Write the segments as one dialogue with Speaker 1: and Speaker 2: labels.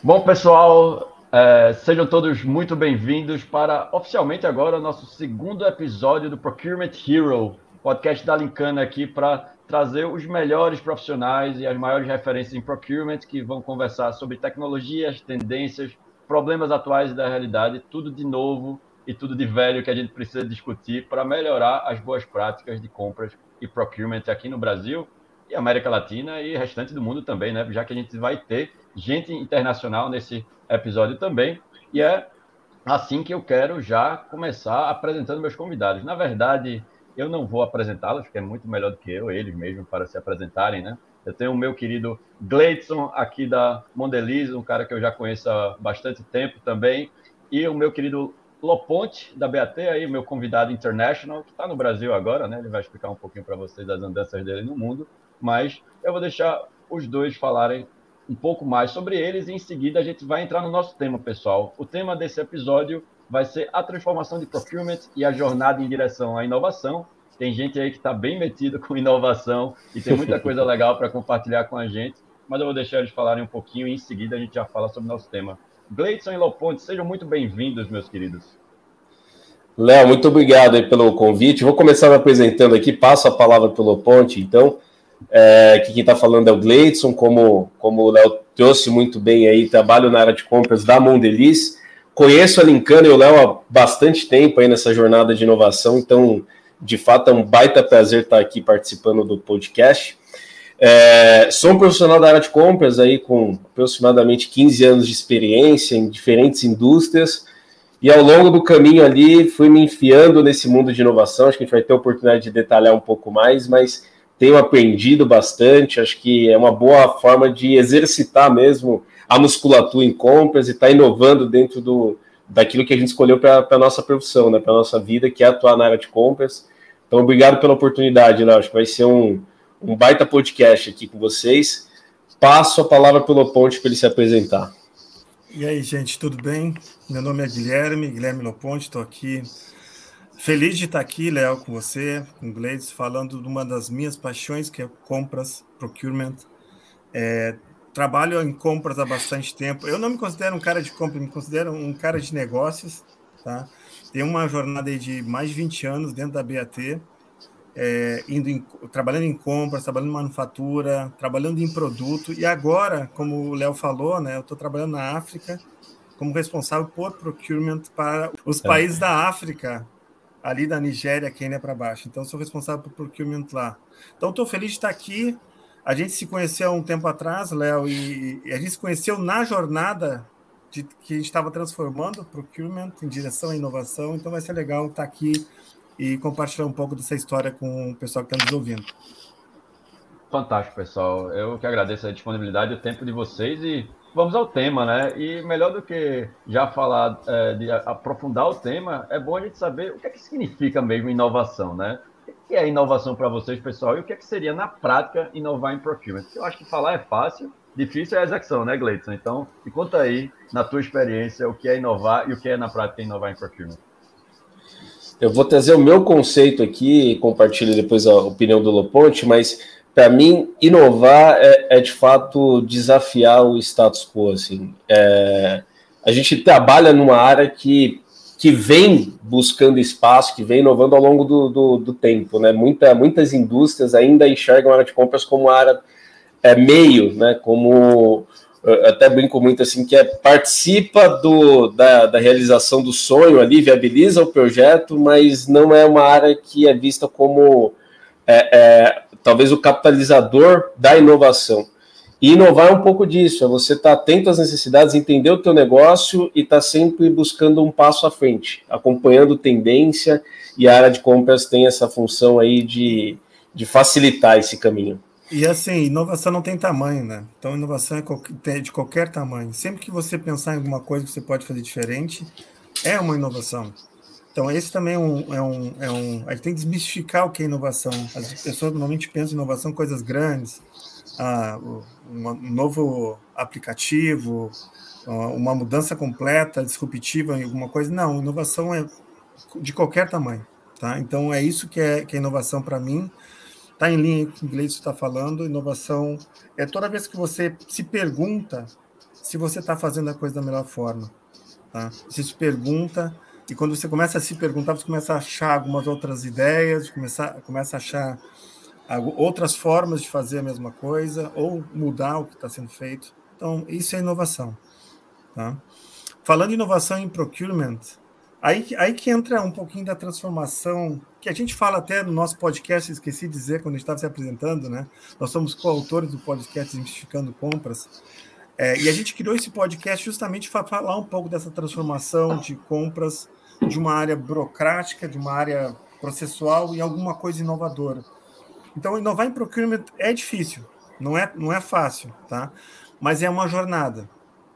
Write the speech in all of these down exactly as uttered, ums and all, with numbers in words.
Speaker 1: Bom, pessoal, é, sejam todos muito bem-vindos para, oficialmente agora, o nosso segundo episódio do Procurement Hero, podcast da Lincana aqui para trazer os melhores profissionais e as maiores referências em procurement que vão conversar sobre tecnologias, tendências, problemas atuais da realidade, tudo de novo e tudo de velho que a gente precisa discutir para melhorar as boas práticas de compras e procurement aqui no Brasil e América Latina e restante do mundo também, né? Já que a gente vai ter gente internacional nesse episódio também. E é assim que eu quero já começar apresentando meus convidados. Na verdade, eu não vou apresentá-los, porque é muito melhor do que eu, eles mesmos, para se apresentarem, né? Eu tenho o meu querido Gleidson, aqui da Mondeliz, um cara que eu já conheço há bastante tempo também, e o meu querido Loponte, da B A T, aí, meu convidado international, que está no Brasil agora, né? Ele vai explicar um pouquinho para vocês das andanças dele no mundo, mas eu vou deixar os dois falarem um pouco mais sobre eles e em seguida a gente vai entrar no nosso tema, pessoal. O tema desse episódio vai ser a transformação de procurement e a jornada em direção à inovação. Tem gente aí que está bem metido com inovação e tem muita coisa legal para compartilhar com a gente, mas eu vou deixar eles falarem um pouquinho e em seguida a gente já fala sobre o nosso tema. Gleidson e Loponte, sejam muito bem-vindos, meus queridos.
Speaker 2: Léo, muito obrigado aí pelo convite. Vou começar me apresentando aqui, passo a palavra para o Loponte, então. É, que quem está falando é o Gleidson, como, como o Léo trouxe muito bem aí, trabalho na área de compras da Mondeliz, conheço a Lincana e o Léo há bastante tempo aí nessa jornada de inovação, então de fato é um baita prazer estar aqui participando do podcast. É, sou um profissional da área de compras aí com aproximadamente quinze anos de experiência em diferentes indústrias e ao longo do caminho ali fui me enfiando nesse mundo de inovação. Acho que a gente vai ter a oportunidade de detalhar um pouco mais, mas tenho aprendido bastante, acho que é uma boa forma de exercitar mesmo a musculatura em compras e estar tá inovando dentro do, daquilo que a gente escolheu para a nossa profissão, né, para a nossa vida, que é atuar na área de compras. Então, obrigado pela oportunidade, Léo. Acho que vai ser um, um baita podcast aqui com vocês. Passo a palavra para o Loponte para ele se apresentar.
Speaker 3: E aí, gente, tudo bem? Meu nome é Guilherme, Guilherme Loponte, estou aqui feliz de estar aqui, Léo, com você, com o Gleidson, falando de uma das minhas paixões, que é compras, procurement. É, trabalho em compras há bastante tempo. Eu não me considero um cara de compras, me considero um cara de negócios, tá? Tenho uma jornada aí de mais de vinte anos dentro da B A T, é, indo em, trabalhando em compras, trabalhando em manufatura, trabalhando em produto, e agora, como o Léo falou, né, eu estou trabalhando na África como responsável por procurement para os países da África, ali da Nigéria, Quênia para baixo. Então, sou responsável por procurement lá. Então, estou feliz de estar aqui. A gente se conheceu há um tempo atrás, Léo, e a gente se conheceu na jornada de, que a gente estava transformando o procurement em direção à inovação. Então, vai ser legal estar aqui e compartilhar um pouco dessa história com o pessoal que está nos ouvindo.
Speaker 1: Fantástico, pessoal. Eu que agradeço a disponibilidade e o tempo de vocês e vamos ao tema, né? E melhor do que já falar, é, de aprofundar o tema, é bom a gente saber o que é que significa mesmo inovação, né? O que é inovação para vocês, pessoal? E o que é que seria, na prática, inovar em procurement? Eu acho que falar é fácil, difícil é a execução, né, Gleidson? Então, me conta aí, na tua experiência, o que é inovar e o que é, na prática, inovar em procurement.
Speaker 2: Eu vou trazer o meu conceito aqui e compartilho depois a opinião do Loponte, mas para mim, inovar é, é, de fato desafiar o status quo. Assim. É, a gente trabalha numa área que, que vem buscando espaço, que vem inovando ao longo do, do, do tempo. Né? Muita, muitas indústrias ainda enxergam a área de compras como área é, meio, né? Como eu até brinco muito assim, que é, participa do, da, da realização do sonho ali, viabiliza o projeto, mas não é uma área que é vista como é, é, talvez o capitalizador da inovação. E inovar é um pouco disso, é você estar atento às necessidades, entender o teu negócio e estar sempre buscando um passo à frente, acompanhando tendência, e a área de compras tem essa função aí de, de facilitar esse caminho.
Speaker 3: E assim, inovação não tem tamanho, né? Então, inovação é de qualquer tamanho. Sempre que você pensar em alguma coisa que você pode fazer diferente, é uma inovação. Então, esse também é um, é um, é um... A gente tem que desmistificar o que é inovação. As pessoas normalmente pensam em inovação coisas grandes, ah, um novo aplicativo, uma mudança completa, disruptiva em alguma coisa. Não, inovação é de qualquer tamanho, tá? Então, é isso que é, que é inovação para mim. Está em linha com o que o Gleidson está falando. Inovação é toda vez que você se pergunta se você está fazendo a coisa da melhor forma. Tá? Você se pergunta, e quando você começa a se perguntar, você começa a achar algumas outras ideias, começa, começa a achar outras formas de fazer a mesma coisa, ou mudar o que está sendo feito. Então, isso é inovação. Tá? Falando em inovação em procurement, aí, aí que entra um pouquinho da transformação, que a gente fala até no nosso podcast, esqueci de dizer quando a gente estava se apresentando, né? Nós somos coautores do podcast Simplificando Compras, é, e a gente criou esse podcast justamente para falar um pouco dessa transformação de compras de uma área burocrática, de uma área processual e alguma coisa inovadora. Então, inovar em procurement é difícil, não é, não é fácil, tá? Mas é uma jornada.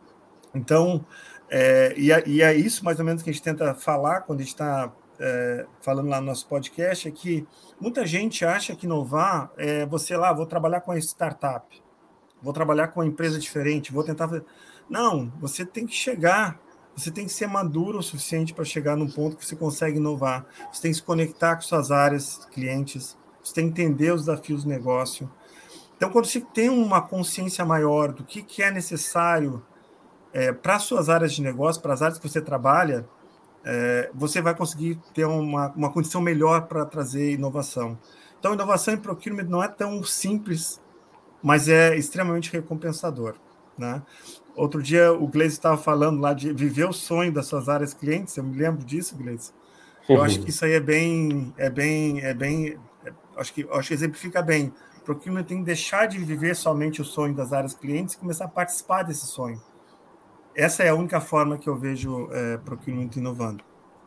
Speaker 3: Então, é, e, é, e é isso mais ou menos que a gente tenta falar quando a gente está é, falando lá no nosso podcast, é que muita gente acha que inovar é você lá, vou trabalhar com a startup, vou trabalhar com uma empresa diferente, vou tentar fazer... Não, você tem que chegar, você tem que ser maduro o suficiente para chegar num ponto que você consegue inovar, você tem que se conectar com suas áreas, clientes, você tem que entender os desafios do negócio. Então, quando você tem uma consciência maior do que, que é necessário é, para as suas áreas de negócio, para as áreas que você trabalha, é, você vai conseguir ter uma, uma condição melhor para trazer inovação. Então, inovação em procurement não é tão simples, mas é extremamente recompensador, né? Outro dia o Gleison estava falando lá de viver o sonho das suas áreas clientes, eu me lembro disso, Gleison. Eu acho que isso aí é bem, é bem, é bem, é, acho que, acho que exemplifica bem. O procurement tem que deixar de viver somente o sonho das áreas clientes e começar a participar desse sonho. Essa é a única forma que eu vejo é, procurement inovando.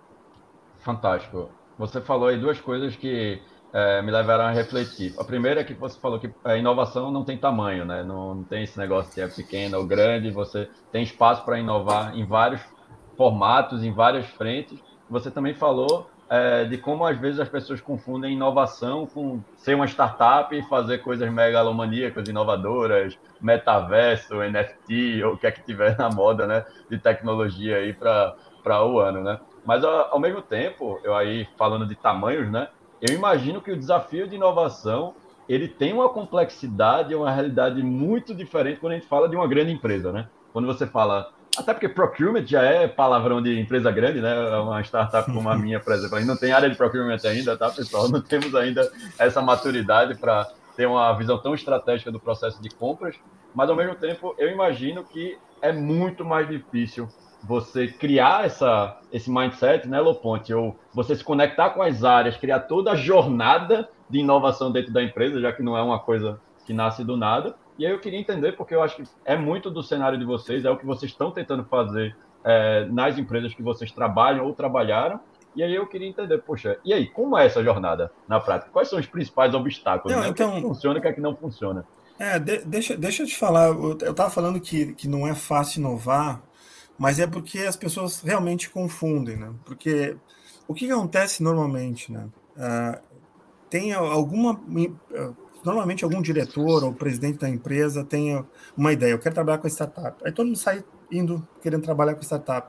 Speaker 1: Fantástico. Você falou aí duas coisas que é, me levaram a refletir. A primeira é que você falou que a inovação não tem tamanho, né? Não, não tem esse negócio que é pequeno ou grande. Você tem espaço para inovar em vários formatos, em várias frentes. Você também falou é, de como às vezes as pessoas confundem inovação com ser uma startup e fazer coisas megalomaníacas, inovadoras, metaverso, N F T, ou o que é que tiver na moda, né? De tecnologia aí para para o ano, né? Mas, ao mesmo tempo, eu aí falando de tamanhos, né? Eu imagino que o desafio de inovação, ele tem uma complexidade, uma realidade muito diferente quando a gente fala de uma grande empresa, né? Quando você fala... Até porque procurement já é palavrão de empresa grande, né? Uma startup como a minha, por exemplo, a gente não tem área de procurement ainda, tá, pessoal? Não temos ainda essa maturidade para ter uma visão tão estratégica do processo de compras, mas, ao mesmo tempo, eu imagino que é muito mais difícil você criar essa, esse mindset, né, Loponte? Ou você se conectar com as áreas, criar toda a jornada de inovação dentro da empresa, já que não é uma coisa que nasce do nada. E aí eu queria entender, porque eu acho que é muito do cenário de vocês, é o que vocês estão tentando fazer é, nas empresas que vocês trabalham ou trabalharam. E aí eu queria entender, poxa, e aí, como é essa jornada na prática? Quais são os principais obstáculos?
Speaker 3: Não,
Speaker 1: Né? O que é que
Speaker 3: então,
Speaker 1: funciona e o que é que não funciona?
Speaker 3: é, de, deixa, deixa eu te falar, eu estava falando que, que não é fácil inovar, mas é porque as pessoas realmente confundem, né? Porque o que acontece normalmente, né? Uh, tem alguma... Normalmente algum diretor ou presidente da empresa tem uma ideia, eu quero trabalhar com startup. Aí todo mundo sai indo querendo trabalhar com startup.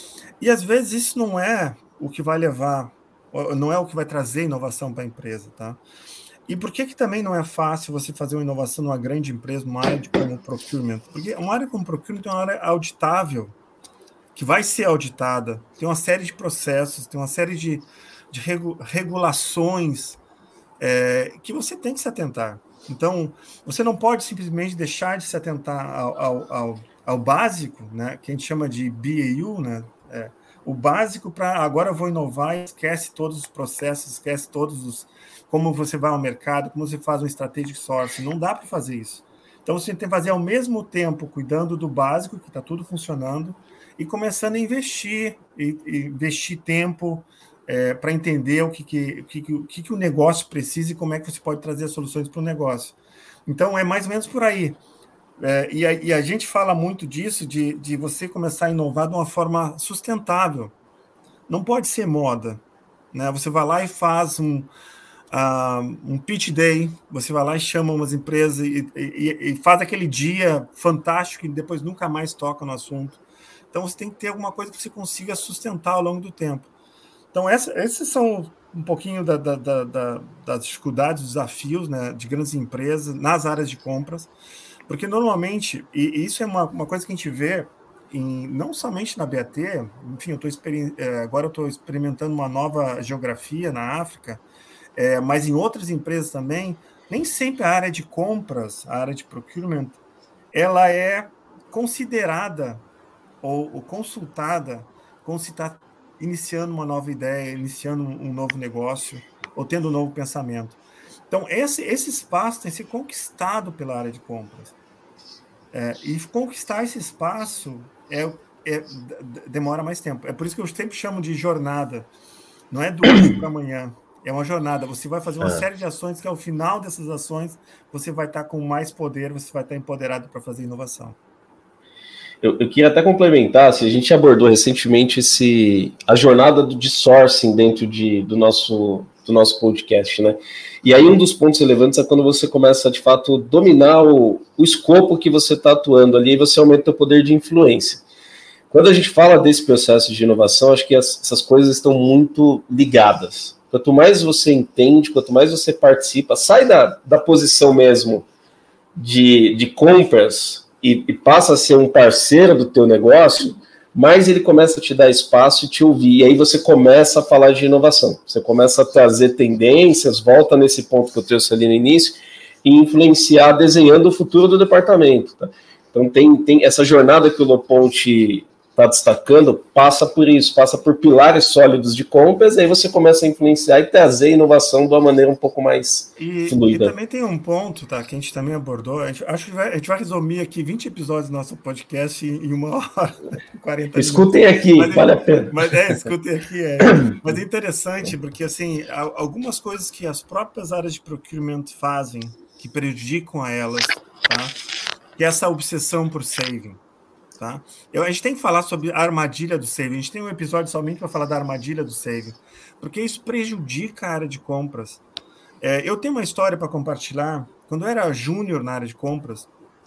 Speaker 3: E às vezes isso não é o que vai levar, não é o que vai trazer inovação para a empresa, tá? E por que que também não é fácil você fazer uma inovação numa grande empresa, numa área de, como procurement? Porque uma área como procurement é uma área auditável, que vai ser auditada, tem uma série de processos, tem uma série de, de regu, regulações é, que você tem que se atentar. Então, você não pode simplesmente deixar de se atentar ao, ao, ao, ao básico, né, que a gente chama de B A U, né, é, o básico para agora eu vou inovar e esquece todos os processos, esquece todos os... como você vai ao mercado, como você faz um strategic sourcing. Não dá para fazer isso. Então, você tem que fazer ao mesmo tempo, cuidando do básico, que está tudo funcionando, e começando a investir, e, e investir tempo é, para entender o que, que, que, que, que o negócio precisa e como é que você pode trazer as soluções para o negócio. Então, é mais ou menos por aí. É, e, a, e a gente fala muito disso, de, de você começar a inovar de uma forma sustentável. Não pode ser moda, né? Você vai lá e faz um, uh, um pitch day, você vai lá e chama umas empresas e, e, e faz aquele dia fantástico e depois nunca mais toca no assunto. Então, você tem que ter alguma coisa que você consiga sustentar ao longo do tempo. Então, essa, esses são um pouquinho da, da, da, das dificuldades, dos desafios, né, de grandes empresas nas áreas de compras. Porque normalmente, e isso é uma, uma coisa que a gente vê, em, não somente na B A T, enfim, eu tô exper- agora eu estou experimentando uma nova geografia na África, é, mas em outras empresas também, nem sempre a área de compras, a área de procurement, ela é considerada ou, ou consultada como se está iniciando uma nova ideia, iniciando um, um novo negócio, ou tendo um novo pensamento. Então, esse, esse espaço tem que ser conquistado pela área de compras. É, e conquistar esse espaço é, é, demora mais tempo. É por isso que eu sempre chamo de jornada. Não é do hoje para amanhã. É uma jornada. Você vai fazer uma
Speaker 2: É.
Speaker 3: série de ações que, ao final dessas ações, você vai estar com mais poder, você vai estar empoderado para fazer inovação.
Speaker 2: Eu, eu queria até complementar, assim, a gente abordou recentemente esse, a jornada do, de sourcing dentro de, do, nosso, do nosso podcast, né? E aí um dos pontos relevantes é quando você começa, de fato, dominar o, o escopo que você está atuando ali, e você aumenta o poder de influência. Quando a gente fala desse processo de inovação, acho que as, essas coisas estão muito ligadas. Quanto mais você entende, quanto mais você participa, sai da, da posição mesmo de, de compras e, e passa a ser um parceiro do teu negócio, mais ele começa a te dar espaço e te ouvir. E aí você começa a falar de inovação. Você começa a trazer tendências, volta nesse ponto que eu trouxe ali no início, e influenciar desenhando o futuro do departamento. Tá? Então tem, tem essa jornada que o Loponte está destacando, passa por isso, passa por pilares sólidos de compras, e aí você começa a influenciar e trazer inovação de uma maneira um pouco mais
Speaker 3: e,
Speaker 2: fluida.
Speaker 3: E também tem um ponto, tá, que a gente também abordou, a gente, acho que vai, a gente vai resumir aqui vinte episódios do nosso podcast em, em uma hora e quarenta
Speaker 2: Escutem
Speaker 3: minutos.
Speaker 2: aqui,
Speaker 3: mas,
Speaker 2: vale a pena.
Speaker 3: Mas é, escutem aqui. É. Mas é interessante, porque assim, algumas coisas que as próprias áreas de procurement fazem, que prejudicam a elas, tá? Que é essa obsessão por saving. Tá? Eu, a gente tem que falar sobre a armadilha do saving. A gente tem um episódio somente para falar da armadilha do saving, porque isso prejudica a área de compras. É, eu tenho uma história para compartilhar. Quando eu era júnior na área de compras,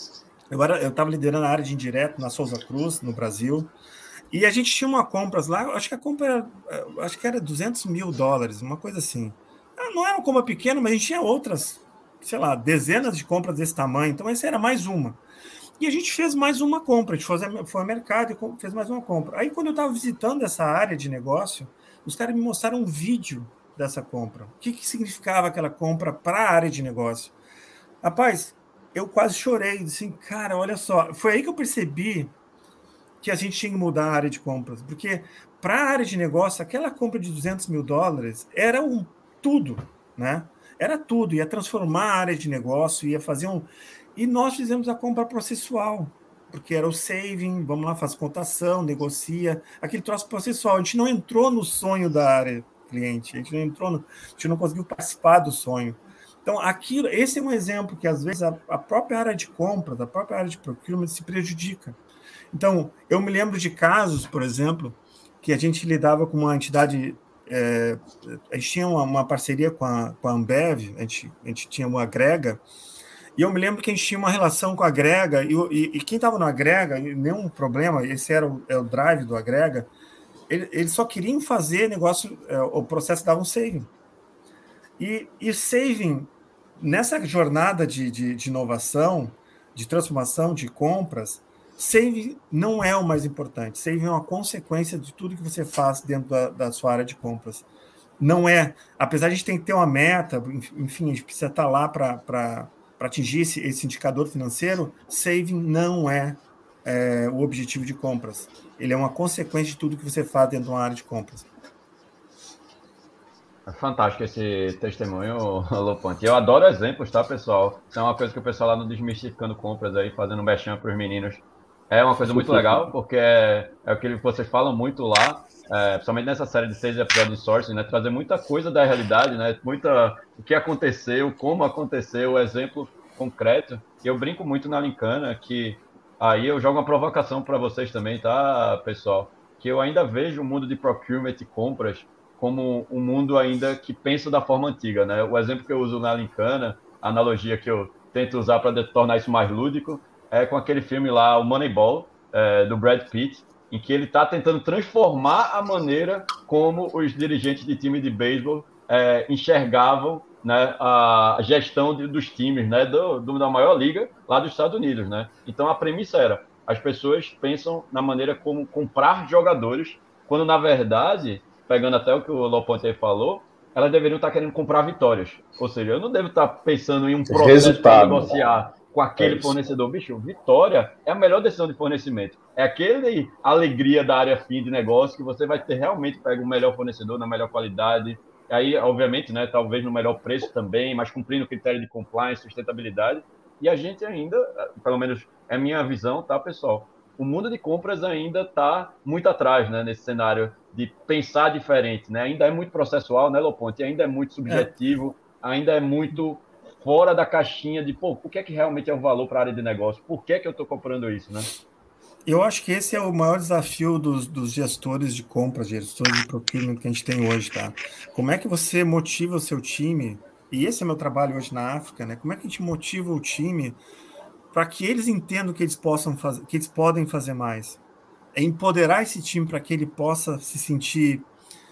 Speaker 3: eu estava liderando a área de indireto na Souza Cruz, no Brasil, e a gente tinha uma compras lá, acho que a compra era, acho que era duzentos mil dólares, uma coisa assim. Não era uma compra pequena, mas a gente tinha outras, sei lá, dezenas de compras desse tamanho, então essa era mais uma. E a gente fez mais uma compra, a gente foi ao mercado e fez mais uma compra. Aí, quando eu estava visitando essa área de negócio, os caras me mostraram um vídeo dessa compra. O que, que significava aquela compra para a área de negócio? Rapaz, eu quase chorei, assim, cara, olha só. Foi aí que eu percebi que a gente tinha que mudar a área de compras, porque para a área de negócio, aquela compra de duzentos mil dólares era um tudo, né? Era tudo, ia transformar a área de negócio, ia fazer um... E nós fizemos a compra processual, porque era o saving, vamos lá, faz cotação, negocia, aquele troço processual. A gente não entrou no sonho da área cliente, a gente não entrou, no, a gente não conseguiu participar do sonho. Então, aquilo, esse é um exemplo que, às vezes, a, a própria área de compra, da própria área de procurement se prejudica. Então, eu me lembro de casos, por exemplo, que a gente lidava com uma entidade... É, a gente tinha uma, uma parceria com a, com a Ambev, a gente, a gente tinha uma agrega, e eu me lembro que a gente tinha uma relação com a Agrega, e, e, e quem estava no Agrega, nenhum problema, esse era o, é o drive do Agrega, ele, eles só queriam fazer negócio, é, o processo dava um saving. E, e saving, nessa jornada de, de, de inovação, de transformação, de compras, saving não é o mais importante. Saving é uma consequência de tudo que você faz dentro da, da sua área de compras. Não é, apesar de a gente ter que ter uma meta, enfim, a gente precisa estar lá para... para atingir esse, esse indicador financeiro, saving não é, é o objetivo de compras. Ele é uma consequência de tudo que você faz dentro de uma área de compras.
Speaker 1: É fantástico esse testemunho, Loponte. Eu adoro exemplos, tá, pessoal? Isso é uma coisa que o pessoal lá no Desmistificando Compras aí, fazendo um mexão para os meninos. É uma coisa muito legal, porque é, é o que vocês falam muito lá, é, principalmente nessa série de seis episódios de Sourcing, né? Trazer muita coisa da realidade, né? Muita, o que aconteceu, como aconteceu, o exemplo concreto. E eu brinco muito na Lincana, que aí eu jogo uma provocação para vocês também, tá, pessoal? Que eu ainda vejo o mundo de procurement e compras como um mundo ainda que pensa da forma antiga, né? O exemplo que eu uso na Lincana, a analogia que eu tento usar para tornar isso mais lúdico, é com aquele filme lá, o Moneyball, é, do Brad Pitt, em que ele está tentando transformar a maneira como os dirigentes de time de beisebol é, enxergavam né, a gestão de, dos times, né, do, do, da maior liga lá dos Estados Unidos, né? Então a premissa era, as pessoas pensam na maneira como comprar jogadores, quando na verdade, pegando até o que o Loponte falou, elas deveriam estar querendo comprar vitórias. Ou seja, eu não devo estar pensando em um processo para negociar com aquele é fornecedor. Bicho, vitória é a melhor decisão de fornecimento. É aquele alegria da área fim de negócio que você vai ter realmente pega o melhor fornecedor na melhor qualidade. Aí, obviamente, né, talvez no melhor preço também, mas cumprindo o critério de compliance, sustentabilidade. E a gente ainda, pelo menos é a minha visão, tá, pessoal? O mundo de compras ainda está muito atrás, né, nesse cenário de pensar diferente, né? Ainda é muito processual, né, Loponte? Ainda é muito subjetivo, é. ainda é muito fora da caixinha de, pô, o que é que realmente é o valor para a área de negócio? Por que é que eu estou comprando isso, né?
Speaker 3: Eu acho que esse é o maior desafio dos, dos gestores de compras, gestores de procurement que a gente tem hoje, tá? Como é que você motiva o seu time? E esse é meu trabalho hoje na África, né? Como é que a gente motiva o time para que eles entendam que eles possam fazer, que eles podem fazer mais? É empoderar esse time para que ele possa se sentir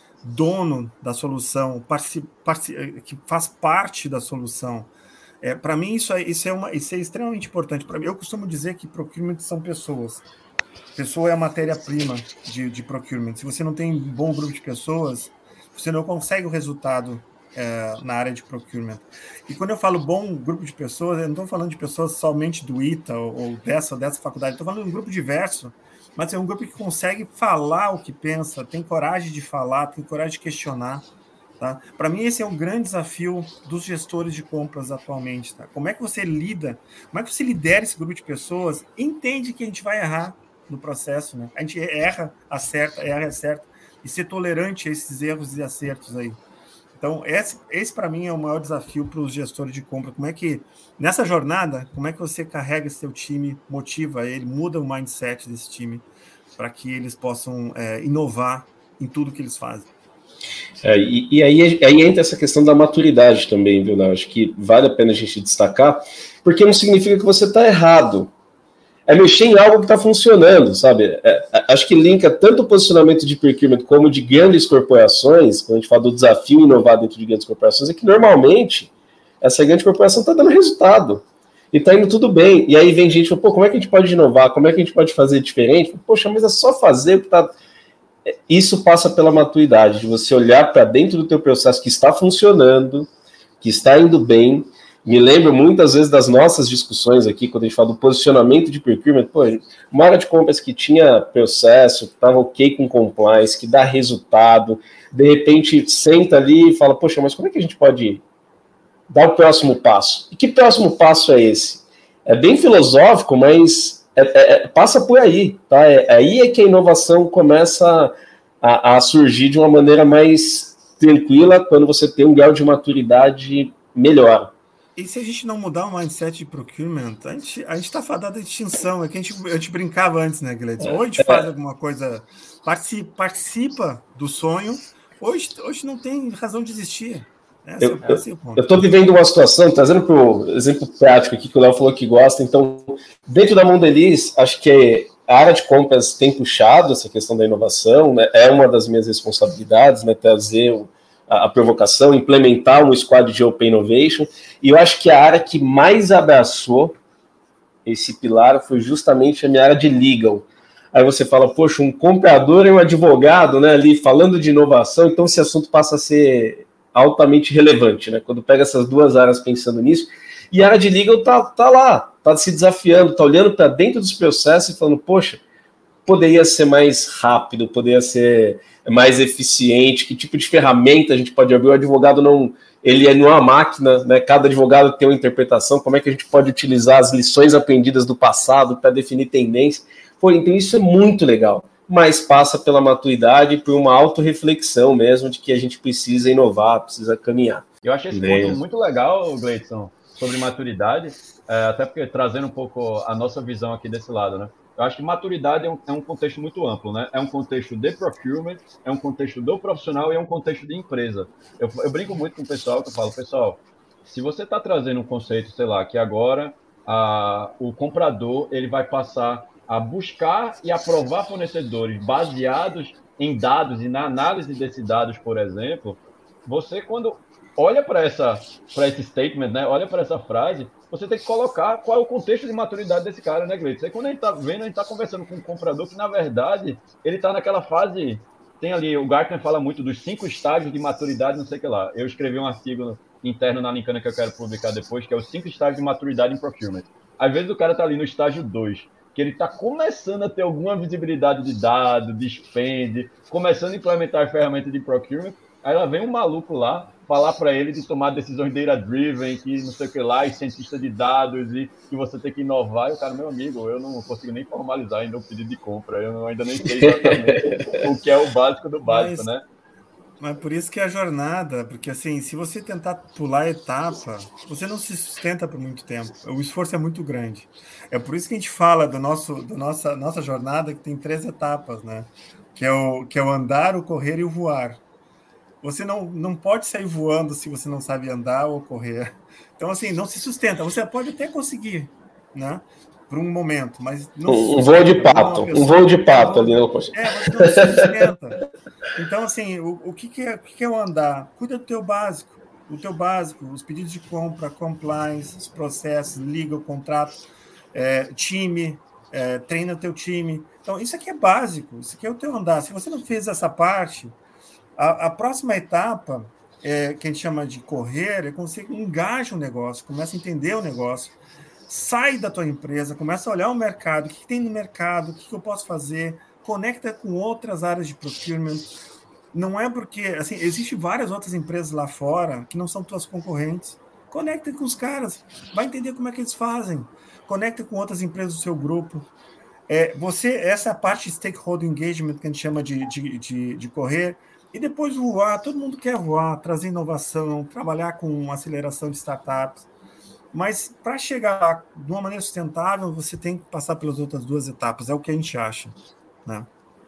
Speaker 3: dono da solução, partic, partic, que faz parte da solução. É, para mim, isso é, isso, é uma, isso é extremamente importante. Para mim, eu costumo dizer que procurement são pessoas. Pessoa é a matéria-prima de, de procurement. Se você não tem um bom grupo de pessoas, você não consegue o resultado é, na área de procurement. E quando eu falo bom grupo de pessoas, eu não estou falando de pessoas somente do I T A ou, ou dessa ou dessa faculdade, estou falando de um grupo diverso, mas é um grupo que consegue falar o que pensa, tem coragem de falar, tem coragem de questionar. Tá? Para mim, esse é um grande desafio dos gestores de compras atualmente. Tá? Como é que você lida, como é que você lidera esse grupo de pessoas, entende que a gente vai errar no processo, né? A gente erra, acerta, erra, acerta, e ser tolerante a esses erros e acertos aí. Então, esse, esse para mim é o maior desafio para os gestores de compra. Como é que, nessa jornada, como é que você carrega seu time, motiva ele, muda o mindset desse time para que eles possam é, inovar em tudo que eles fazem.
Speaker 2: É, e, e aí, aí entra essa questão da maturidade também, viu, Léo? Acho que vale a pena a gente destacar, porque não significa que você está errado. É mexer em algo que está funcionando, sabe? É, acho que linka tanto o posicionamento de procurement como de grandes corporações, quando a gente fala do desafio inovar dentro de grandes corporações, é que normalmente essa grande corporação está dando resultado. E está indo tudo bem. E aí vem gente e fala, pô, como é que a gente pode inovar? Como é que a gente pode fazer diferente? Poxa, mas é só fazer o que está... Isso passa pela maturidade, de você olhar para dentro do teu processo que está funcionando, que está indo bem. Me lembro muitas vezes das nossas discussões aqui, quando a gente fala do posicionamento de procurement, pô, uma área de compras que tinha processo, que estava ok com compliance, que dá resultado, de repente senta ali e fala, poxa, mas como é que a gente pode dar o próximo passo? E que próximo passo é esse? É bem filosófico, mas é, é, é, passa por aí, tá? É, aí é que a inovação começa a, a surgir de uma maneira mais tranquila, quando você tem um grau de maturidade melhor.
Speaker 3: E se a gente não mudar o mindset de procurement, a gente a está fadado à extinção. É que a gente, a gente brincava antes, né, Gleides? Ou a gente faz alguma coisa, participa, participa do sonho, hoje, hoje não tem razão de existir. Essa,
Speaker 2: eu eu estou vivendo uma situação, trazendo para o exemplo prático aqui, que o Léo falou que gosta. Então, dentro da Mondelez, acho que a área de compras tem puxado essa questão da inovação, né? É uma das minhas responsabilidades, né, trazer o a provocação, implementar um squad de Open Innovation, e eu acho que a área que mais abraçou esse pilar foi justamente a minha área de legal. Aí você fala, poxa, um comprador e um advogado, né, ali falando de inovação, então esse assunto passa a ser altamente relevante, né, quando pega essas duas áreas pensando nisso, e a área de legal tá, tá lá, tá se desafiando, tá olhando para dentro dos processos e falando, poxa, poderia ser mais rápido, poderia ser mais eficiente, que tipo de ferramenta a gente pode abrir. O advogado não, ele é numa máquina, né? Cada advogado tem uma interpretação, como é que a gente pode utilizar as lições aprendidas do passado para definir tendência. Pô, então isso é muito legal, mas passa pela maturidade e por uma autorreflexão mesmo de que a gente precisa inovar, precisa caminhar.
Speaker 1: Eu achei esse ponto muito legal, Gleidson, sobre maturidade, é, até porque trazendo um pouco a nossa visão aqui desse lado, né? Eu acho que maturidade é um, é um contexto muito amplo, né? É um contexto de procurement, é um contexto do profissional e é um contexto de empresa. Eu, eu brinco muito com o pessoal, que eu falo, pessoal, se você está trazendo um conceito, sei lá, que agora a, o comprador ele vai passar a buscar e aprovar fornecedores baseados em dados e na análise desses dados, por exemplo, você, quando olha para essa, para esse statement, né? Olha para essa frase, você tem que colocar qual é o contexto de maturidade desse cara, né, Gleitson? Aí quando a gente está vendo, a gente está conversando com um comprador que, na verdade, ele está naquela fase... Tem ali, o Gartner fala muito dos cinco estágios de maturidade, não sei o que lá. Eu escrevi um artigo interno na Lincana que eu quero publicar depois, que é os cinco estágios de maturidade em procurement. Às vezes o cara está ali no estágio dois, que ele está começando a ter alguma visibilidade de dado, de spend, começando a implementar ferramentas de procurement, aí lá vem um maluco lá falar para ele de tomar decisões data-driven, que não sei o que lá, e cientista de dados, e que você tem que inovar. E o cara, meu amigo, eu não consigo nem formalizar ainda o pedido de compra, eu não, ainda nem sei exatamente o que é o básico do básico, mas, né?
Speaker 3: Mas por isso que é a jornada, porque assim, se você tentar pular a etapa, você não se sustenta por muito tempo, o esforço é muito grande. É por isso que a gente fala do nosso, da nossa, nossa jornada, que tem três etapas, né? Que é o, que é o andar, o correr e o voar. Você não, não pode sair voando se você não sabe andar ou correr. Então, assim, não se sustenta. Você pode até conseguir, né? Por um momento, mas não
Speaker 2: um, um voo de pato, um voo de pato ali, não poxa.
Speaker 3: É, mas não se sustenta. Então, assim, o, o, que, que, é, o que, que é o andar? Cuida do teu básico, o teu básico, os pedidos de compra, compliance, os processos, liga o contrato, é, time, é, treina o teu time. Então, isso aqui é básico, isso aqui é o teu andar. Se você não fez essa parte, a, a próxima etapa, é, que a gente chama de correr, é quando você engaja o negócio, começa a entender o negócio, sai da tua empresa, começa a olhar o mercado, o que, que tem no mercado, o que, que eu posso fazer, conecta com outras áreas de procurement. Não é porque, assim, existem várias outras empresas lá fora que não são tuas concorrentes. Conecta com os caras, vai entender como é que eles fazem. Conecta com outras empresas do seu grupo. É, você, essa é a parte de stakeholder engagement que a gente chama de, de, de, de correr. E depois voar, todo mundo quer voar, trazer inovação, trabalhar com aceleração de startups. Mas para chegar lá de uma maneira sustentável, você tem que passar pelas outras duas etapas, é o que a gente acha, né?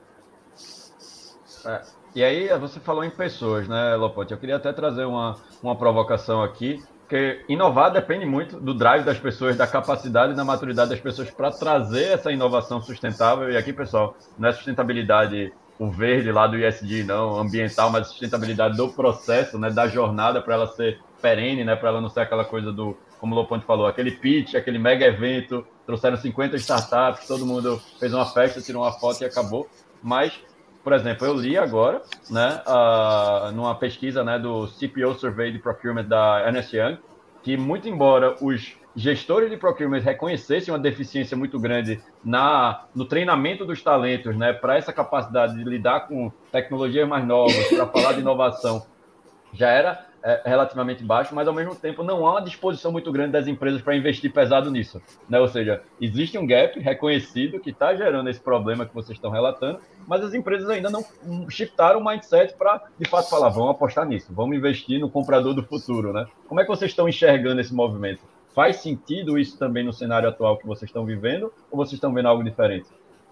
Speaker 1: É, e aí você falou em pessoas, né, Lopote? Eu queria até trazer uma, uma provocação aqui, porque inovar depende muito do drive das pessoas, da capacidade e da maturidade das pessoas para trazer essa inovação sustentável. E aqui, pessoal, não é sustentabilidade o verde lá do E S G, não, ambiental, mas sustentabilidade do processo, né, da jornada, para ela ser perene, né, para ela não ser aquela coisa do, como o Loponte falou, aquele pitch, aquele mega evento, trouxeram cinquenta startups, todo mundo fez uma festa, tirou uma foto e acabou. Mas, por exemplo, eu li agora, né, uh, numa pesquisa, né, do C P O Survey de Procurement da Ernst Young, que muito embora os gestores de procurement reconhecessem uma deficiência muito grande na, no treinamento dos talentos, né, para essa capacidade de lidar com tecnologias mais novas, para falar de inovação, já era é, relativamente baixo, mas ao mesmo tempo não há uma disposição muito grande das empresas para investir pesado nisso, né? Ou seja, existe um gap reconhecido que está gerando esse problema que vocês estão relatando, mas as empresas ainda não shiftaram o mindset para, de fato, falar, vamos apostar nisso, vamos investir no comprador do futuro, né? Como é que vocês estão enxergando esse movimento? Faz sentido isso também no cenário atual que vocês estão vivendo, ou vocês estão vendo algo diferente?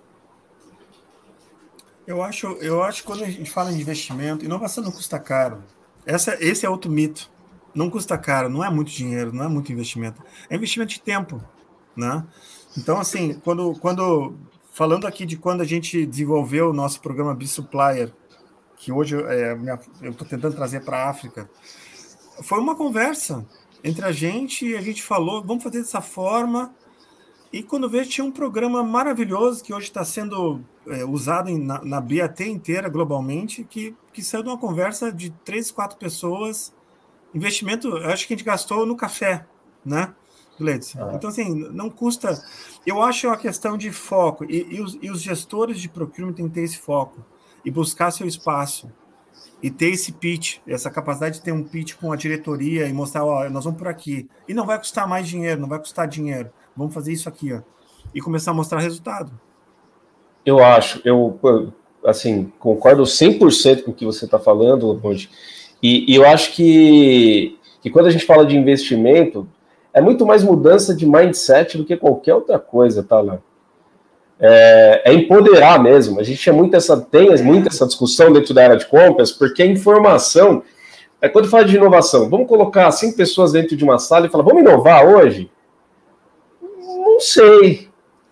Speaker 3: Eu acho, eu acho que quando a gente fala em investimento, inovação não custa caro. Essa, esse é outro mito. Não custa caro, não é muito dinheiro, não é muito investimento. É investimento de tempo, né? Então, assim, quando, quando falando aqui de quando a gente desenvolveu o nosso programa B-Supplier, que hoje é, eu estou tentando trazer para a África, foi uma conversa entre a gente e a gente falou, vamos fazer dessa forma. E quando vejo, tinha um programa maravilhoso que hoje está sendo é, usado em, na, na B A T inteira, globalmente, que, que saiu de uma conversa de três, quatro pessoas. Investimento, acho que a gente gastou no café, né, Gleitson? Ah. Então, assim, não custa... Eu acho uma questão de foco. E, e, os, e os gestores de procurement têm que ter esse foco e buscar seu espaço. E ter esse pitch, essa capacidade de ter um pitch com a diretoria e mostrar, ó, nós vamos por aqui. E não vai custar mais dinheiro, não vai custar dinheiro. Vamos fazer isso aqui, ó. E começar a mostrar resultado.
Speaker 2: Eu acho, eu, assim, concordo cem por cento com o que você está falando, Loponte. E, e eu acho que, que quando a gente fala de investimento, é muito mais mudança de mindset do que qualquer outra coisa, tá, Léo? É, é empoderar mesmo. A gente tinha muito essa, tem muito essa discussão dentro da área de compras, porque a informação, é quando fala de inovação, vamos colocar cinco pessoas dentro de uma sala e falar, vamos inovar hoje? Não sei.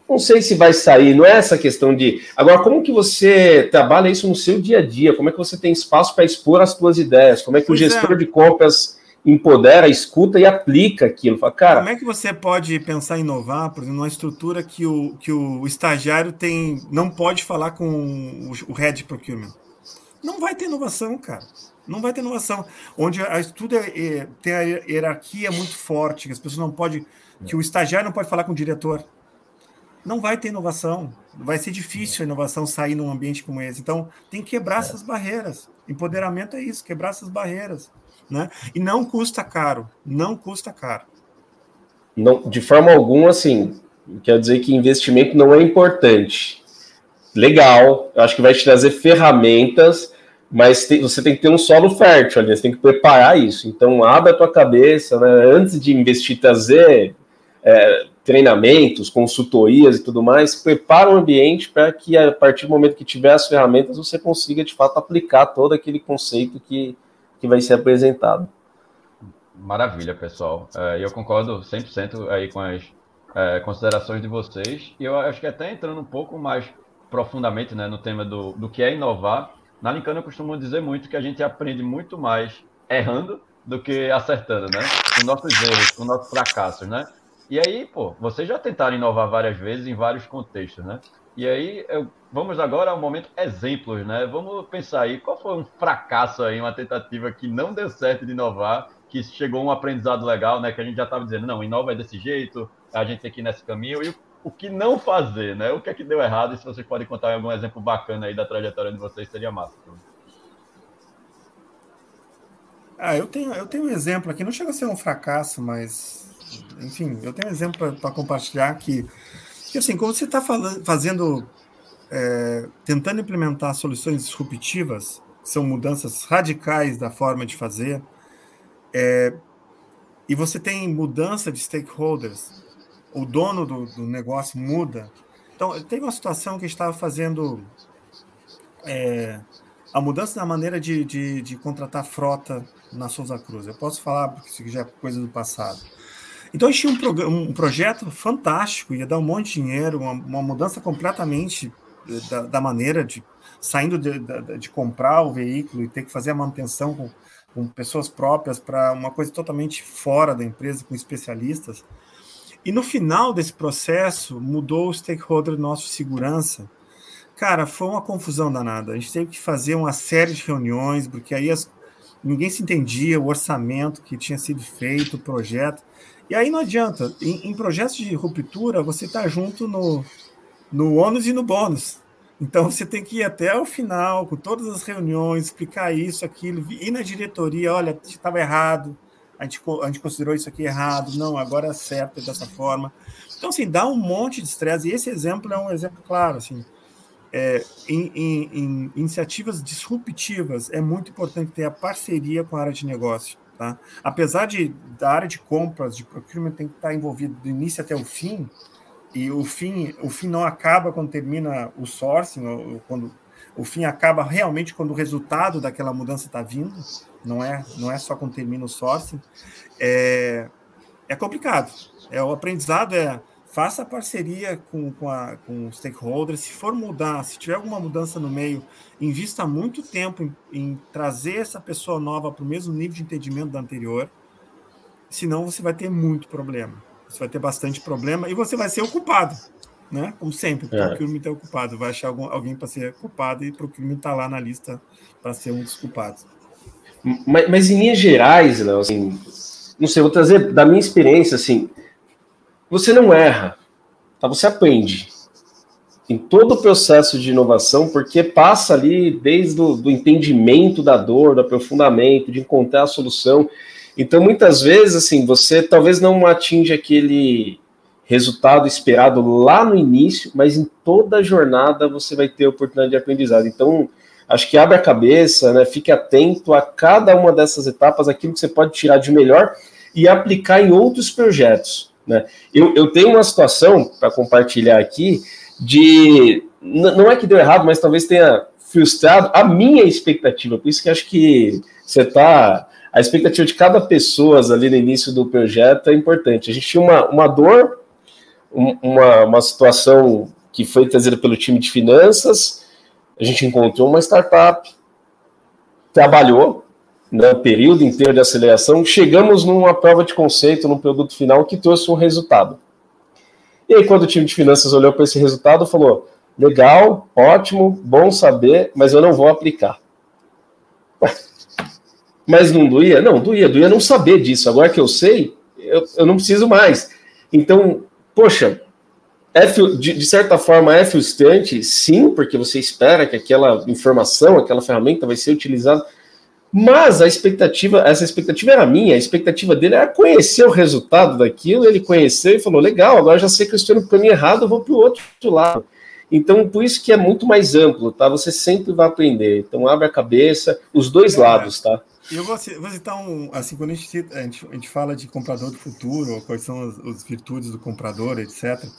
Speaker 2: não sei se vai sair, não é essa questão de... Agora, como que você trabalha isso no seu dia a dia? Como é que você tem espaço para expor as suas ideias? Como é que pois o gestor é. de compras empodera, escuta e aplica aquilo? Fala, cara,
Speaker 3: como é que você pode pensar em inovar, por exemplo, numa estrutura que o, que o estagiário tem, não pode falar com o, o head procurement? Não vai ter inovação, cara. Não vai ter inovação. Onde a estrutura é, tem a hierarquia muito forte, que as pessoas não podem... que o estagiário não pode falar com o diretor. Não vai ter inovação. Vai ser difícil a inovação sair num ambiente como esse. Então, tem que quebrar é. essas barreiras. Empoderamento é isso, quebrar essas barreiras. Né? E não custa caro. Não custa caro.
Speaker 2: Não, de forma alguma, assim, quer dizer que investimento não é importante. Legal, eu acho que vai te trazer ferramentas, mas tem, você tem que ter um solo fértil ali, você tem que preparar isso. Então, abre a tua cabeça, né? Antes de investir, trazer... É, treinamentos, consultorias e tudo mais, prepara o ambiente para que, a partir do momento que tiver as ferramentas, você consiga, de fato, aplicar todo aquele conceito que, que vai ser apresentado.
Speaker 1: Maravilha, pessoal. É, eu concordo cem por cento aí com as é, considerações de vocês, e eu acho que até entrando um pouco mais profundamente, né, no tema do, do que é inovar, na Lincana eu costumo dizer muito que a gente aprende muito mais errando do que acertando, né? Com nossos erros, com nossos fracassos, né? E aí, pô, vocês já tentaram inovar várias vezes em vários contextos, né? E aí, eu, vamos agora ao momento exemplos, né? Vamos pensar aí, qual foi um fracasso aí, uma tentativa que não deu certo de inovar, que chegou a um aprendizado legal, né? Que a gente já estava dizendo, não, inova é desse jeito, a gente tem que ir nesse caminho, e o, o que não fazer, né? O que é que deu errado, e se vocês podem contar algum exemplo bacana aí da trajetória de vocês, seria massa.
Speaker 3: Ah, eu tenho, eu tenho um exemplo aqui, não chega a ser um fracasso, mas... Enfim, eu tenho um exemplo para compartilhar que, que, assim, quando você está fazendo, é, tentando implementar soluções disruptivas, que são mudanças radicais da forma de fazer, é, e você tem mudança de stakeholders, o dono do, do negócio muda. Então, teve uma situação que a gente estava fazendo é, a mudança na maneira de, de, de contratar frota na Souza Cruz. Eu posso falar, porque isso já é coisa do passado. Então, a gente tinha um, pro, um projeto fantástico, ia dar um monte de dinheiro, uma, uma mudança completamente da, da maneira de... saindo de, de, de comprar o veículo e ter que fazer a manutenção com, com pessoas próprias para uma coisa totalmente fora da empresa, com especialistas. E no final desse processo, mudou o stakeholder nosso de segurança. Cara, foi uma confusão danada. A gente teve que fazer uma série de reuniões, porque aí as, ninguém se entendia, o orçamento que tinha sido feito, o projeto... E aí não adianta, em, em projetos de ruptura, você está junto no, no ônus e no bônus. Então, você tem que ir até o final, com todas as reuniões, explicar isso, aquilo, ir na diretoria, olha, estava errado, a gente, a gente considerou isso aqui errado, não, agora é certo, é dessa forma. Então, assim, dá um monte de estresse, e esse exemplo é um exemplo claro, assim, é, em, em, em iniciativas disruptivas, é muito importante ter a parceria com a área de negócio. Tá? Apesar de da área de compras, de procurement, tem que estar envolvido do início até o fim, e o fim, o fim não acaba quando termina o sourcing, ou quando, o fim acaba realmente quando o resultado daquela mudança está vindo, não é, não é só quando termina o sourcing. É, é complicado. É, o aprendizado é faça a parceria com, com, a, com os stakeholders, se for mudar, se tiver alguma mudança no meio, invista muito tempo em, em trazer essa pessoa nova para o mesmo nível de entendimento da anterior, senão você vai ter muito problema. Você vai ter bastante problema e você vai ser o culpado, né? Como sempre, o procurement é o culpado, vai achar algum, alguém para ser culpado e o procurement está lá na lista para ser um dos culpados.
Speaker 2: Mas, mas em linhas gerais, Léo, assim, não sei, vou trazer da minha experiência, assim, você não erra, tá? Você aprende em todo o processo de inovação, porque passa ali desde o do entendimento da dor, do aprofundamento, de encontrar a solução. Então, muitas vezes, assim, você talvez não atinge aquele resultado esperado lá no início, mas em toda a jornada você vai ter oportunidade de aprendizado. Então, acho que abre a cabeça, né? Fique atento a cada uma dessas etapas, aquilo que você pode tirar de melhor e aplicar em outros projetos, né? Eu, eu tenho uma situação para compartilhar aqui de... Não é que deu errado, mas talvez tenha frustrado a minha expectativa. Por isso que acho que você está... A expectativa de cada pessoa ali no início do projeto é importante. A gente tinha uma, uma dor um, uma, uma situação que foi trazida pelo time de finanças, a gente encontrou uma startup, trabalhou, né, o período inteiro de aceleração, chegamos numa prova de conceito, num produto final que trouxe um resultado. E aí, quando o time de finanças olhou para esse resultado, falou, legal, ótimo, bom saber, mas eu não vou aplicar. Ué, mas não doía? Não, doía, doía não saber disso. Agora que eu sei, eu, eu não preciso mais. Então, poxa, é, de, de certa forma é frustrante, sim, porque você espera que aquela informação, aquela ferramenta vai ser utilizada, mas a expectativa, essa expectativa era minha, a expectativa dele era conhecer o resultado daquilo, ele conheceu e falou, legal, agora já sei que eu estou no caminho errado, eu vou para o outro lado. Então, por isso que é muito mais amplo, tá? Você sempre vai aprender. Então, abre a cabeça, os dois é, lados, tá?
Speaker 3: Eu vou, vou citar um, assim, quando a gente, a gente, a gente fala de comprador do futuro, ou quais são as, as virtudes do comprador, etcétera,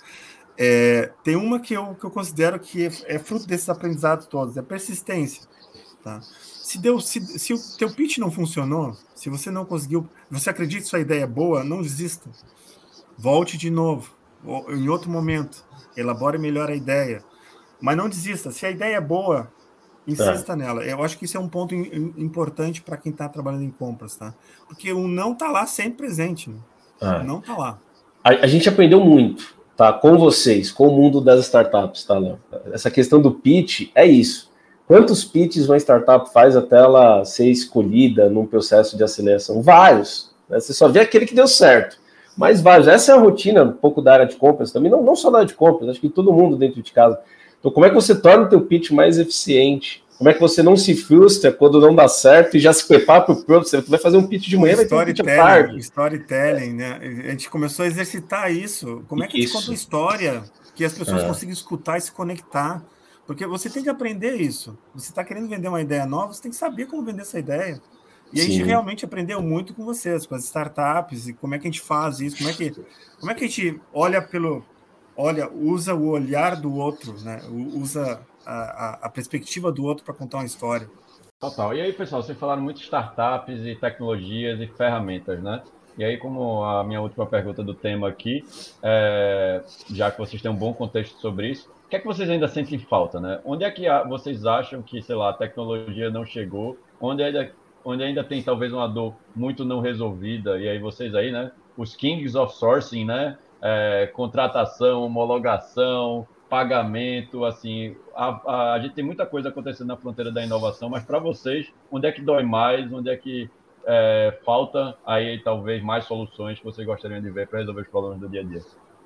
Speaker 3: é, tem uma que eu, que eu considero que é, é fruto desses aprendizados todos, é persistência, tá? Se, deu, se, se o teu pitch não funcionou, se você não conseguiu, você acredita que sua ideia é boa, não desista. Volte de novo, ou, em outro momento, elabore melhor a ideia. Mas não desista. Se a ideia é boa, insista é. nela. Eu acho que isso é um ponto in, importante para quem está trabalhando em compras, tá? Porque o não está lá sempre presente. Né? É. Não está lá.
Speaker 2: A, a gente aprendeu muito, tá? Com vocês, com o mundo das startups, tá, Léo? Essa questão do pitch é isso. Quantos pitches uma startup faz até ela ser escolhida num processo de aceleração? Vários. Né? Você só vê aquele que deu certo. Mas vários. Essa é a rotina um pouco da área de compras também. Não, não só da área de compras, acho que todo mundo dentro de casa. Então, como é que você torna o teu pitch mais eficiente? Como é que você não se frustra quando não dá certo e já se prepara para o próximo? Você vai fazer um pitch de manhã, vai ter um pitch à tarde.
Speaker 3: Storytelling, né? A gente começou a exercitar isso. Como é que a gente conta uma história que as pessoas é. consigam escutar e se conectar? Porque você tem que aprender isso. Você está querendo vender uma ideia nova, você tem que saber como vender essa ideia. E Sim. a gente realmente aprendeu muito com vocês, com as startups, e como é que a gente faz isso, como é que, como é que a gente olha pelo... Olha, usa o olhar do outro, né? Usa a, a, a perspectiva do outro para contar uma história.
Speaker 1: Total. E aí, pessoal, vocês falaram muito de startups e tecnologias e ferramentas, né? E aí, como a minha última pergunta do tema aqui, é, já que vocês têm um bom contexto sobre isso, o que é que vocês ainda sentem falta, né? Onde é que vocês acham que, sei lá, a tecnologia não chegou? Onde ainda, onde ainda tem talvez uma dor muito não resolvida? E aí vocês aí, né? Os kings of sourcing, né? É, contratação, homologação, pagamento, assim, a, a, a gente tem muita coisa acontecendo na fronteira da inovação, mas para vocês, onde é que dói mais? Onde é que é, falta aí talvez mais soluções que vocês gostariam de ver para resolver os problemas do dia a dia?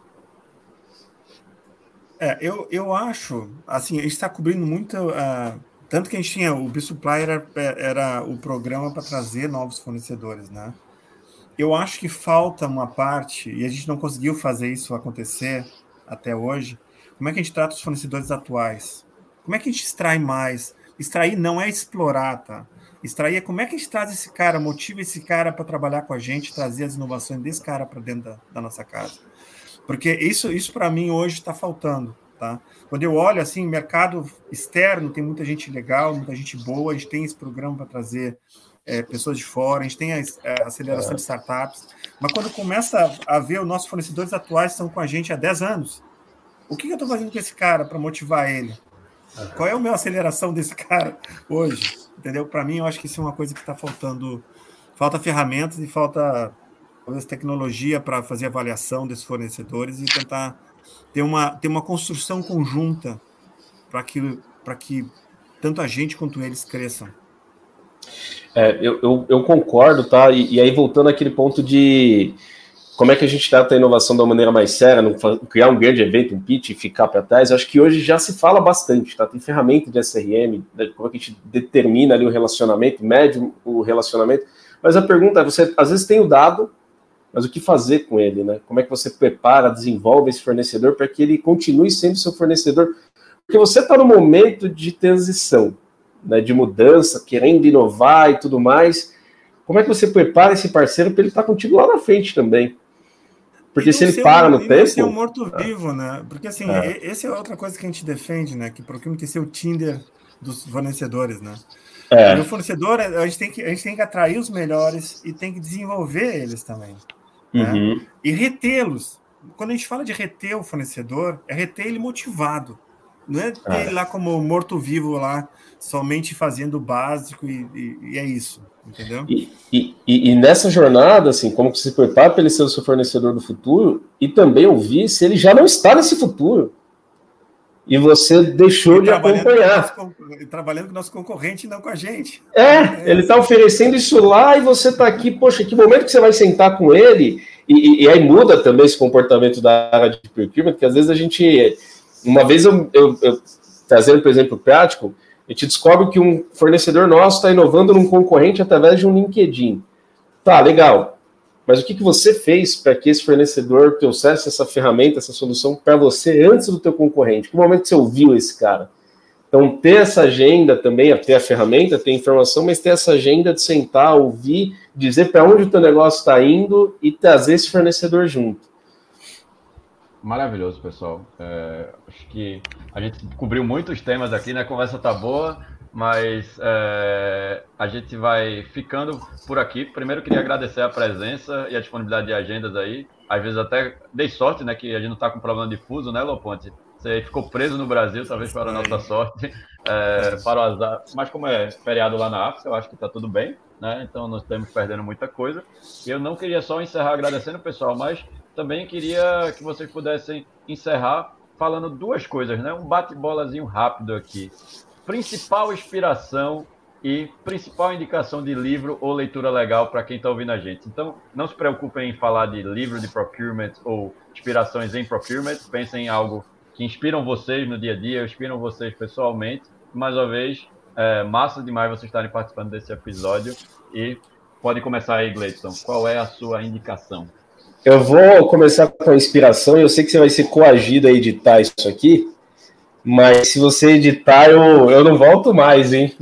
Speaker 3: É, eu, eu acho, assim, a gente está cobrindo muito, uh, tanto que a gente tinha, o B-Supply era, era o programa para trazer novos fornecedores, né? Eu acho que falta uma parte, e a gente não conseguiu fazer isso acontecer até hoje, como é que a gente trata os fornecedores atuais? Como é que a gente extrai mais? Extrair não é explorar, tá? Extrair é como é que a gente traz esse cara, motiva esse cara para trabalhar com a gente, trazer as inovações desse cara para dentro da, da nossa casa. Porque isso, isso para mim, hoje está faltando, tá? Quando eu olho, assim, mercado externo, tem muita gente legal, muita gente boa, a gente tem esse programa para trazer é, pessoas de fora, a gente tem a, a aceleração de startups, mas quando começa a ver os nossos fornecedores atuais estão com a gente há dez anos, o que, que eu estou fazendo com esse cara para motivar ele? Qual é a minha aceleração desse cara hoje? Entendeu? Para mim, eu acho que isso é uma coisa que está faltando. Falta ferramentas e falta talvez tecnologia para fazer avaliação desses fornecedores e tentar ter uma, ter uma construção conjunta para que, para que tanto a gente quanto eles cresçam.
Speaker 2: É, eu, eu, eu concordo, tá? E, e aí, voltando àquele ponto de como é que a gente trata a inovação de uma maneira mais séria, não criar um grande evento, um pitch e ficar para trás, eu acho que hoje já se fala bastante, tá? Tem ferramenta de S R M, como é que a gente determina ali o relacionamento, mede o relacionamento, mas a pergunta é, você às vezes tem o dado, mas o que fazer com ele, né? Como é que você prepara, desenvolve esse fornecedor para que ele continue sendo seu fornecedor? Porque você está no momento de transição, né, de mudança, querendo inovar e tudo mais. Como é que você prepara esse parceiro para ele estar contigo lá na frente também? Porque se ele para no tempo...
Speaker 3: Ser um morto-vivo, é. né? Porque, assim, é. essa é outra coisa que a gente defende, né? Que procura ter ser o Tinder dos fornecedores, né? É. E o fornecedor, a gente, tem que, a gente tem que atrair os melhores e tem que desenvolver eles também. Né? Uhum. E retê-los. quando a gente fala de reter o fornecedor, é reter ele motivado. Não é ter
Speaker 2: Ah.
Speaker 3: ele lá como morto-vivo lá, somente fazendo o básico e, e, e é isso, entendeu?
Speaker 2: E, e, e nessa jornada, assim, como que se prepara para ele ser o seu fornecedor do futuro e também ouvir se ele já não está nesse futuro e você deixou de acompanhar.
Speaker 3: Com nosso, trabalhando com o nosso concorrente e não com a gente.
Speaker 2: É, é ele está oferecendo isso lá e você está aqui, poxa, que momento que você vai sentar com ele e, e, e aí muda também esse comportamento da área de procurement, porque às vezes a gente... Uma vez eu, eu, eu trazendo, por exemplo, prático, a gente descobre que um fornecedor nosso está inovando num concorrente através de um LinkedIn. Tá, legal. Mas o que, que você fez para que esse fornecedor trouxesse essa ferramenta, essa solução para você antes do teu concorrente? Que momento que você ouviu esse cara? Então, ter essa agenda também, ter a ferramenta, ter a informação, mas ter essa agenda de sentar, ouvir, dizer para onde o teu negócio está indo e trazer esse fornecedor junto.
Speaker 1: Maravilhoso, pessoal. É, acho que a gente cobriu muitos temas aqui, né? A conversa tá boa, mas é, a gente vai ficando por aqui. Primeiro, queria agradecer a presença e a disponibilidade de agendas aí. Às vezes até dei sorte, né? Que a gente não tá com problema de fuso, né, Loponte? Você ficou preso no Brasil, talvez para a nossa sorte, é, para o azar. Mas como é feriado lá na África, eu acho que tá tudo bem, né? Então não estamos perdendo muita coisa. E eu não queria só encerrar agradecendo o pessoal, mas também queria que vocês pudessem encerrar falando duas coisas, né? Um bate-bolazinho rápido aqui. Principal inspiração e principal indicação de livro ou leitura legal para quem está ouvindo a gente. Então, não se preocupem em falar de livro de procurement ou inspirações em procurement. Pensem em algo que inspiram vocês no dia a dia, inspiram vocês pessoalmente. Mais uma vez, é massa demais vocês estarem participando desse episódio. E pode começar aí, Gleidson. Qual é a sua indicação?
Speaker 2: Eu vou começar com a inspiração, e eu sei que você vai ser coagido a editar isso aqui, mas se você editar, eu, eu não volto mais, hein?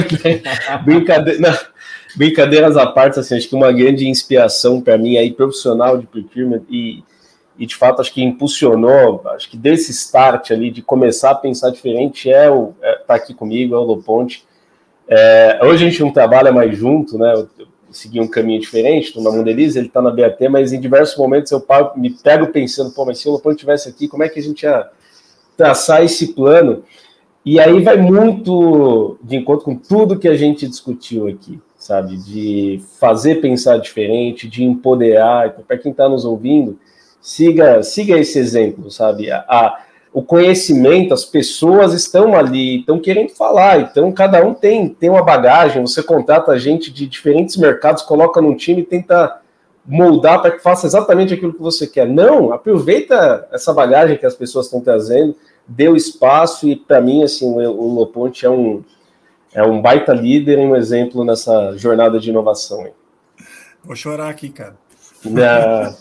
Speaker 2: Brincadeira, não, brincadeiras à parte, assim, acho que uma grande inspiração para mim aí, profissional de procurement, e, e de fato acho que impulsionou, acho que desse start ali, de começar a pensar diferente, é o é, tá aqui comigo, é o Loponte. É, hoje a gente não trabalha mais junto, né? Eu, eu segui um caminho diferente, estou na Mondelez, ele está na B A T, mas em diversos momentos eu paro, me pego pensando, pô, mas se o Loponte estivesse aqui, como é que a gente ia traçar esse plano? E aí vai muito de encontro com tudo que a gente discutiu aqui, sabe? De fazer pensar diferente, de empoderar. Então, para quem está nos ouvindo, siga, siga esse exemplo, sabe? A, a, o conhecimento, as pessoas estão ali, estão querendo falar, então cada um tem, tem uma bagagem, você contrata gente de diferentes mercados, coloca num time e tenta moldar para que faça exatamente aquilo que você quer. Não, aproveita essa bagagem que as pessoas estão trazendo, dê o espaço, e para mim, assim, o, o Loponte é um, é um baita líder e um exemplo nessa jornada de inovação. Hein?
Speaker 3: Vou chorar aqui, cara.
Speaker 2: Não,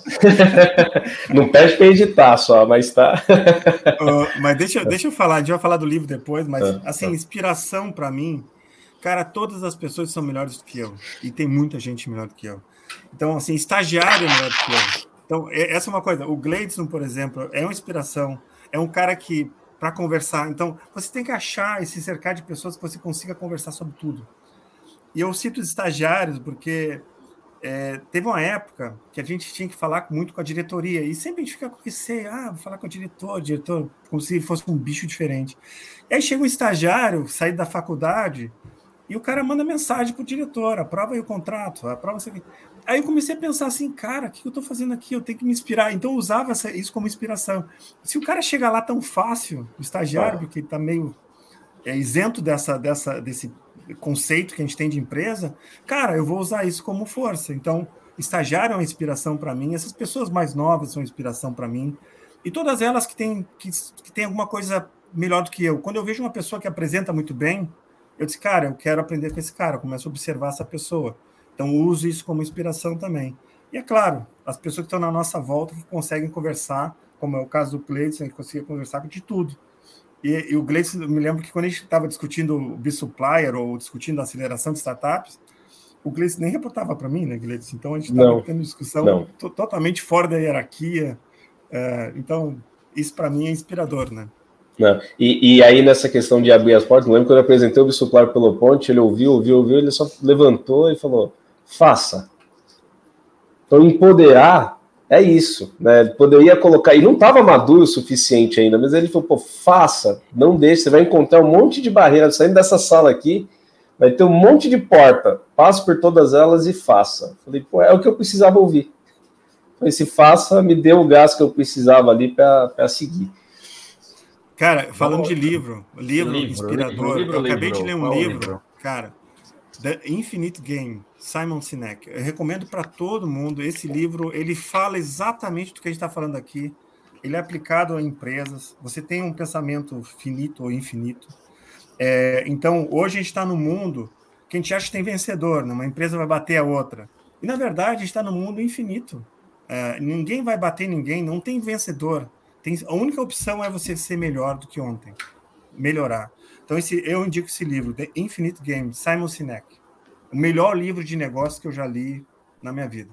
Speaker 2: não pede para editar só, mas tá.
Speaker 3: uh, mas deixa, deixa eu falar, a gente vai falar do livro depois, mas assim, inspiração para mim, cara, todas as pessoas são melhores do que eu, e tem muita gente melhor do que eu. Então, assim, estagiário é melhor do que eu. Então, essa é uma coisa. O Gleidson, por exemplo, é uma inspiração, é um cara que, para conversar, então, você tem que achar e se cercar de pessoas que você consiga conversar sobre tudo. E eu cito os estagiários porque É, teve uma época que a gente tinha que falar muito com a diretoria, e sempre a gente fica com receio, ah, vou falar com o diretor, diretor, como se fosse um bicho diferente. E aí chega um estagiário, saído da faculdade, e o cara manda mensagem para o diretor, aprova aí o contrato, aprova isso aqui. Aí eu comecei a pensar assim, cara, o que eu estou fazendo aqui? Eu tenho que me inspirar. Então eu usava essa, isso como inspiração. Se o cara chegar lá tão fácil, o estagiário, porque está meio é, isento dessa, dessa, desse conceito que a gente tem de empresa, cara, eu vou usar isso como força. Então, estagiário é uma inspiração para mim, essas pessoas mais novas são inspiração para mim, e todas elas que têm, que, que têm alguma coisa melhor do que eu. Quando eu vejo uma pessoa que apresenta muito bem, eu disse, cara, eu quero aprender com esse cara, eu começo a observar essa pessoa. Então, eu uso isso como inspiração também. E é claro, as pessoas que estão na nossa volta, que conseguem conversar, como é o caso do Gleidson, que conseguia conversar de tudo. E, e o Gleidson, eu me lembro que quando a gente estava discutindo o B-Supplier ou discutindo a aceleração de startups, o Gleidson nem reportava para mim, né, Gleidson? Então a gente estava tendo discussão to- totalmente fora da hierarquia. É, então, isso para mim é inspirador, né?
Speaker 2: Não. E, e aí, nessa questão de abrir as portas, eu lembro quando eu apresentei o B-Supplier pelo Ponte, ele ouviu, ouviu, ouviu, ele só levantou e falou, faça. Então, empoderar é isso, né? Ele poderia colocar, e não estava maduro o suficiente ainda, mas ele falou, pô, faça, não deixe, você vai encontrar um monte de barreiras, saindo dessa sala aqui, vai ter um monte de porta, passe por todas elas e faça. Falei, pô, é o que eu precisava ouvir. Falei, se faça, me deu o gás que eu precisava ali para seguir.
Speaker 3: Cara, falando de livro, livro, livro inspirador,
Speaker 1: livro,
Speaker 3: eu
Speaker 1: livro,
Speaker 3: acabei de ler um
Speaker 1: livro,
Speaker 3: livro, cara, The Infinite Game, Simon Sinek. Eu recomendo para todo mundo. Esse livro, ele fala exatamente do que a gente está falando aqui. Ele é aplicado a empresas. Você tem um pensamento finito ou infinito. É, então, hoje a gente está no mundo que a gente acha que tem vencedor, né? Uma empresa vai bater a outra. E, na verdade, a gente está no mundo infinito. É, ninguém vai bater ninguém, não tem vencedor. Tem, a única opção é você ser melhor do que ontem. Melhorar. Então, esse, eu indico esse livro, The Infinite Game, Simon Sinek. O melhor livro de negócio que eu já li na minha vida.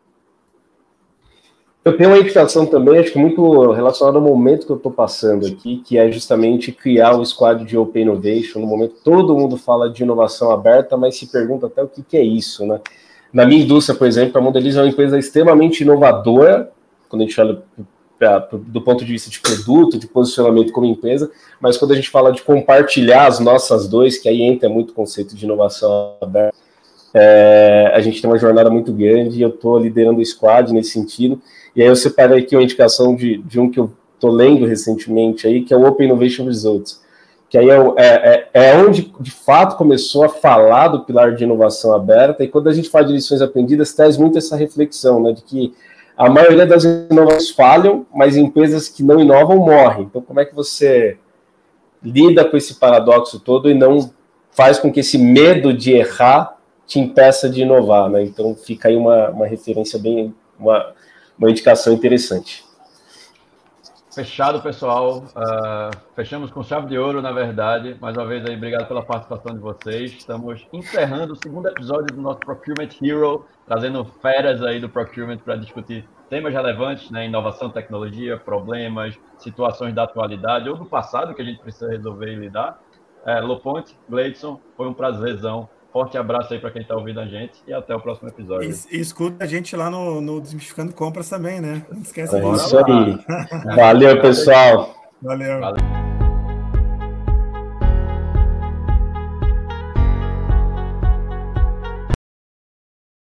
Speaker 2: Eu tenho uma indicação também, acho que muito relacionada ao momento que eu estou passando aqui, que é justamente criar o squad de Open Innovation. No momento todo mundo fala de inovação aberta, mas se pergunta até o que, que é isso, né? Na minha indústria, por exemplo, a Mondelez é uma empresa extremamente inovadora, quando a gente olha pra, pra, do ponto de vista de produto, de posicionamento como empresa, mas quando a gente fala de compartilhar as nossas dores, que aí entra muito o conceito de inovação aberta, é, a gente tem uma jornada muito grande e eu estou liderando o squad nesse sentido. E aí eu separei aqui uma indicação de, de um que eu estou lendo recentemente, aí, que é o Open Innovation Results, que aí é, é, é onde, de fato, começou a falar do pilar de inovação aberta, e quando a gente fala de lições aprendidas, traz muito essa reflexão, né, de que a maioria das inovações falham, mas empresas que não inovam morrem. Então, como é que você lida com esse paradoxo todo e não faz com que esse medo de errar te impeça de inovar, né? Então, fica aí uma, uma referência bem... uma uma indicação interessante.
Speaker 1: Fechado, pessoal. Uh, fechamos com chave de ouro, na verdade. Mais uma vez aí, obrigado pela participação de vocês. Estamos encerrando o segundo episódio do nosso Procurement Hero, trazendo feras aí do Procurement para discutir temas relevantes, né? Inovação, tecnologia, problemas, situações da atualidade ou do passado que a gente precisa resolver e lidar. Uh, Loponte, Gleidson, foi um prazerzão. Forte abraço aí para quem está ouvindo a gente e até o próximo episódio.
Speaker 3: E, e escuta a gente lá no, no Desmistificando Compras também, né? Não esquece
Speaker 2: é
Speaker 3: disso.
Speaker 2: Isso aí. Valeu, pessoal.
Speaker 3: Valeu.
Speaker 1: Valeu.